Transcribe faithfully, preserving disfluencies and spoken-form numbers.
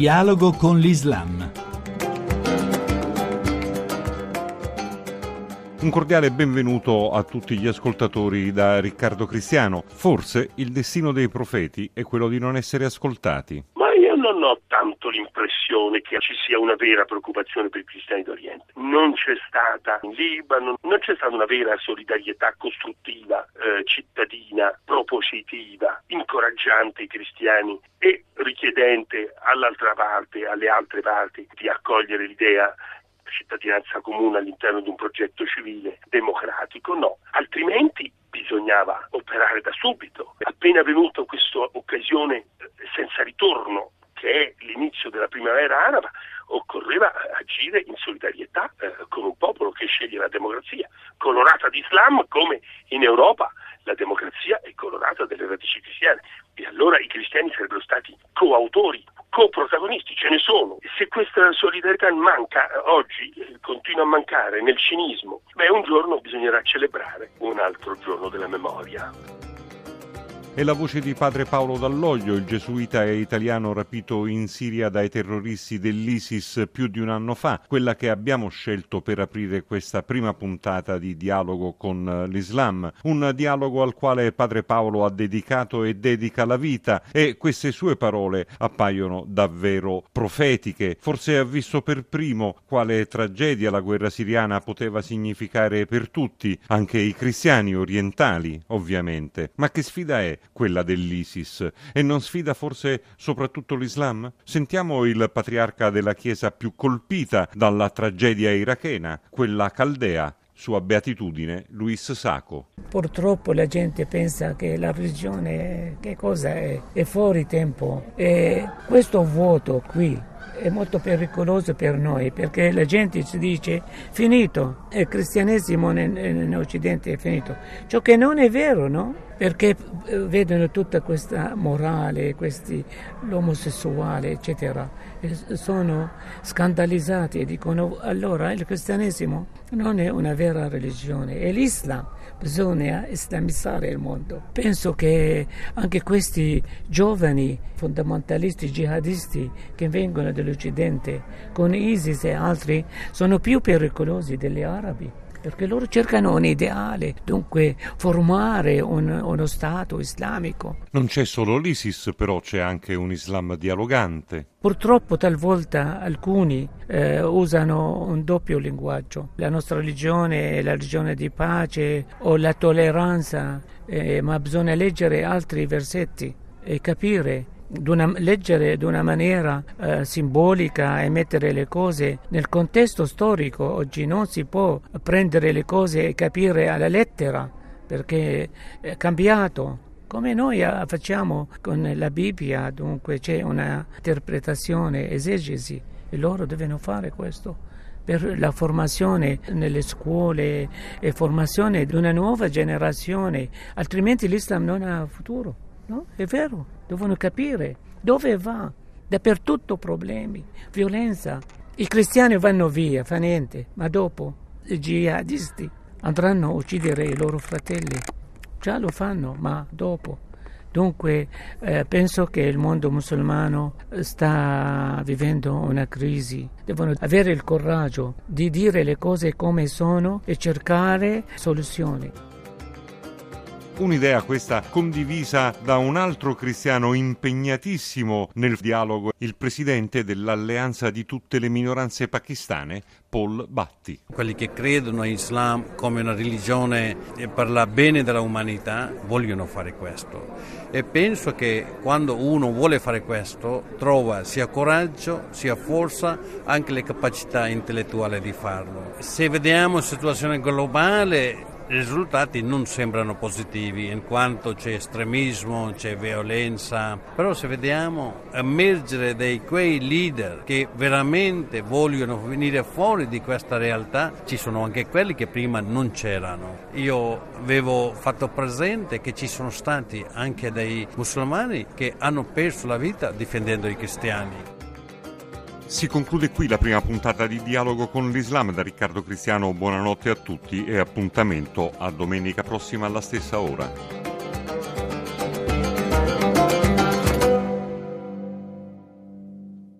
Dialogo con l'Islam. Un cordiale benvenuto a tutti gli ascoltatori da Riccardo Cristiano. Forse il destino dei profeti è quello di non essere ascoltati. Ma io non ho tanto l'impressione che ci sia una vera preoccupazione per i cristiani d'Oriente. Non c'è stata in Libano, non c'è stata una vera solidarietà costruttiva, eh, cittadina, propositiva, incoraggiante ai cristiani e richiedente all'altra parte, alle altre parti, di accogliere l'idea cittadinanza comune all'interno di un progetto civile democratico. No, altrimenti bisognava operare da subito. Appena venuta questa occasione senza ritorno, che è l'inizio della primavera araba, occorreva agire in solidarietà eh, con un popolo che sceglie la democrazia, colorata di Islam, come in Europa la democrazia è colorata delle radici cristiane. E allora i cristiani sarebbero stati coautori, coprotagonisti, ce ne sono. E se questa solidarietà manca oggi, eh, continua a mancare nel cinismo, beh, un giorno bisognerà celebrare un altro giorno della memoria. È la voce di padre Paolo Dall'Oglio, il gesuita italiano rapito in Siria dai terroristi dell'ISIS più di un anno fa, quella che abbiamo scelto per aprire questa prima puntata di Dialogo con l'Islam, un dialogo al quale padre Paolo ha dedicato e dedica la vita, e queste sue parole appaiono davvero profetiche. Forse ha visto per primo quale tragedia la guerra siriana poteva significare per tutti, anche i cristiani orientali ovviamente. Ma che sfida è quella dell'ISIS, e non sfida forse soprattutto l'Islam? Sentiamo il patriarca della Chiesa più colpita dalla tragedia irachena, quella caldea, sua beatitudine Luis Sacco. Purtroppo la gente pensa che la religione che cosa è? È fuori tempo, e questo vuoto qui è molto pericoloso per noi, perché la gente ci dice finito, il cristianesimo in Occidente è finito, ciò che non è vero, no? Perché vedono tutta questa morale, questi, l'omosessuale, eccetera, e sono scandalizzati e dicono allora il cristianesimo non è una vera religione, è l'Islam, bisogna islamizzare il mondo. Penso che anche questi giovani fondamentalisti jihadisti che vengono dall'Occidente con ISIS e altri sono più pericolosi degli arabi, perché loro cercano un ideale, dunque formare un, uno Stato islamico. Non c'è solo l'ISIS, però c'è anche un Islam dialogante. Purtroppo talvolta alcuni eh, usano un doppio linguaggio. La nostra religione è la religione di pace o la tolleranza, eh, ma bisogna leggere altri versetti e capire. D'una, leggere di una maniera eh, simbolica e mettere le cose nel contesto storico. Oggi non si può prendere le cose e capire alla lettera, perché è cambiato, come noi facciamo con la Bibbia. Dunque c'è una interpretazione, esegesi, e loro devono fare questo per la formazione nelle scuole e formazione di una nuova generazione, altrimenti l'Islam non ha futuro. No? È vero, devono capire dove va. Dappertutto problemi, violenza. I cristiani vanno via, fa niente, ma dopo i jihadisti andranno a uccidere i loro fratelli. Già lo fanno, ma dopo. Dunque eh, penso che il mondo musulmano sta vivendo una crisi. Devono avere il coraggio di dire le cose come sono e cercare soluzioni. Un'idea questa condivisa da un altro cristiano impegnatissimo nel dialogo, il presidente dell'Alleanza di tutte le minoranze pakistane, Paul Bhatti. Quelli che credono in Islam come una religione per la bene della umanità vogliono fare questo, e penso che quando uno vuole fare questo trova sia coraggio, sia forza, anche le capacità intellettuali di farlo. Se vediamo la situazione globale, i risultati non sembrano positivi, in quanto c'è estremismo, c'è violenza, però se vediamo emergere dei quei leader che veramente vogliono venire fuori di questa realtà, ci sono anche quelli che prima non c'erano. Io avevo fatto presente che ci sono stati anche dei musulmani che hanno perso la vita difendendo i cristiani. Si conclude qui la prima puntata di Dialogo con l'Islam. Da Riccardo Cristiano buonanotte a tutti e appuntamento a domenica prossima alla stessa ora.